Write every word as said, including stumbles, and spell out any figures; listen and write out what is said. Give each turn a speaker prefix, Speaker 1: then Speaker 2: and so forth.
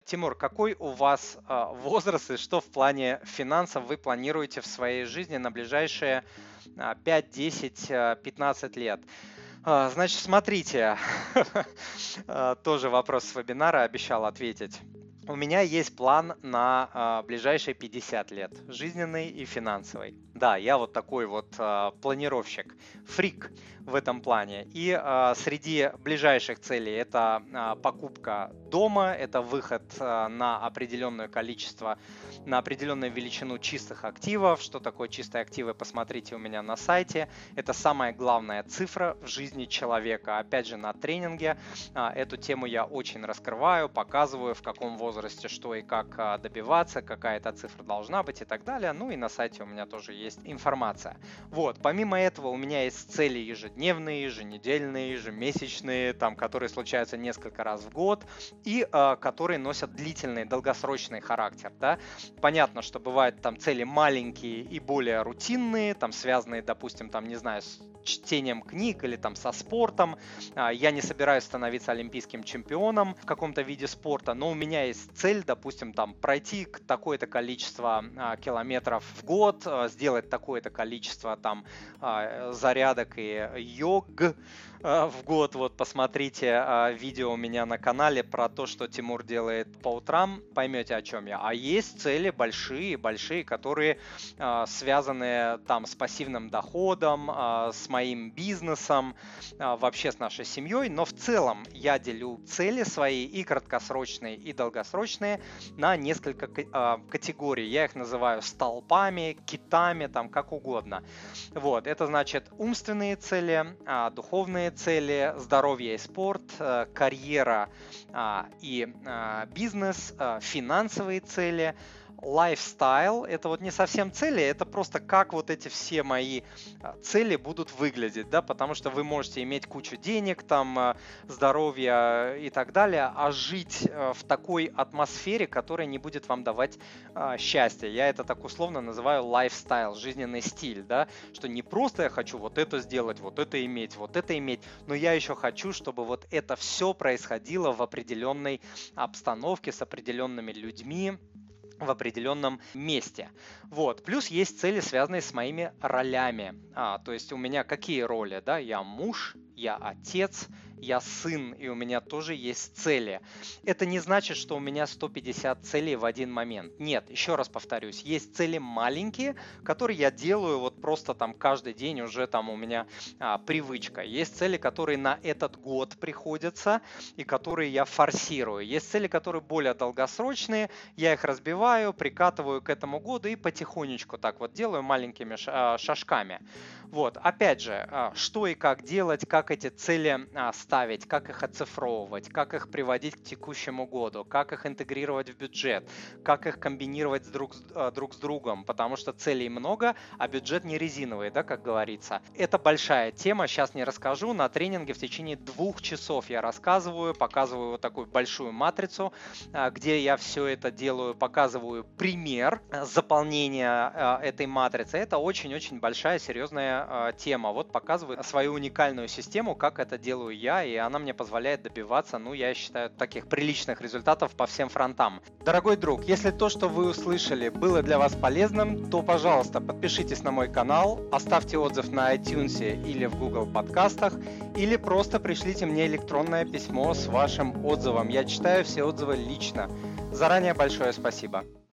Speaker 1: Тимур, какой у вас а, возраст и что в плане финансов вы планируете в своей жизни на ближайшие а, пять, десять, а, пятнадцать лет? А, Значит, смотрите, а, тоже вопрос с вебинара, обещал ответить. У меня есть план на а, ближайшие пятьдесят лет, жизненный и финансовый. Да, я вот такой вот а, планировщик, фрик в этом плане. И а, среди ближайших целей это а, покупка дома, это выход а, на определенное количество, на определенную величину чистых активов. Что такое чистые активы, посмотрите у меня на сайте. Это самая главная цифра в жизни человека. Опять же, на тренинге а, эту тему я очень раскрываю, показываю, в каком возрасте что и как а, добиваться, какая эта цифра должна быть и так далее. Ну и на сайте у меня тоже есть информация. Вот, помимо этого у меня есть цели ежедневные, еженедельные, ежемесячные, там, которые случаются несколько раз в год и а, которые носят длительный, долгосрочный характер, да. Понятно, что бывают там цели маленькие и более рутинные, там связанные, допустим, там, не знаю, с чтением книг или там со спортом. Я не собираюсь становиться олимпийским чемпионом в каком-то виде спорта, но у меня есть цель, допустим, там пройти такое-то количество километров в год, сделать такое-то количество там зарядок и йог в год. Вот посмотрите видео у меня на канале про то, что Тимур делает по утрам, поймете, о чем я. А есть цели большие, большие, которые связаны там с пассивным доходом, с моим бизнесом, вообще с нашей семьей. Но в целом я делю цели свои и краткосрочные, и долгосрочные на несколько категорий. Я их называю столпами, китами, там как угодно. Вот, это значит умственные цели, духовные цели, здоровье и спорт, карьера и бизнес, финансовые цели, лайфстайл. Это вот не совсем цели, это просто как вот эти все мои цели будут выглядеть, да, потому что вы можете иметь кучу денег, там, здоровья и так далее, а жить в такой атмосфере, которая не будет вам давать а, счастья. Я это так условно называю лайфстайл, жизненный стиль, да, что не просто я хочу вот это сделать, вот это иметь, вот это иметь, но я еще хочу, чтобы вот это все происходило в определенной обстановке с определенными людьми, в определенном месте. Вот. Плюс есть цели, связанные с моими ролями. А, то есть у меня какие роли? Да? Я муж, я отец, я сын, и у меня тоже есть цели. Это не значит, что у меня сто пятьдесят целей в один момент. Нет, еще раз повторюсь, есть цели маленькие, которые я делаю вот просто там каждый день, уже там у меня а, привычка. Есть цели, которые на этот год приходятся и которые я форсирую. Есть цели, которые более долгосрочные, я их разбиваю, прикатываю к этому году и потихонечку так вот делаю маленькими шажками. Вот, опять же, что и как делать, как эти цели ставить, как их оцифровывать, как их приводить к текущему году, как их интегрировать в бюджет, как их комбинировать с друг, с, друг с другом, потому что целей много, а бюджет не резиновый, да, как говорится. Это большая тема, сейчас не расскажу, на тренинге в течение двух часов я рассказываю, показываю вот такую большую матрицу, где я все это делаю, показываю пример заполнения этой матрицы. Это очень-очень большая, серьезная тема. Вот показываю свою уникальную систему, как это делаю я, и она мне позволяет добиваться, ну, я считаю, таких приличных результатов по всем фронтам. Дорогой друг, если то, что вы услышали, было для вас полезным, то, пожалуйста, подпишитесь на мой канал, оставьте отзыв на iTunes или в Google подкастах, или просто пришлите мне электронное письмо с вашим отзывом. Я читаю все отзывы лично. Заранее большое спасибо.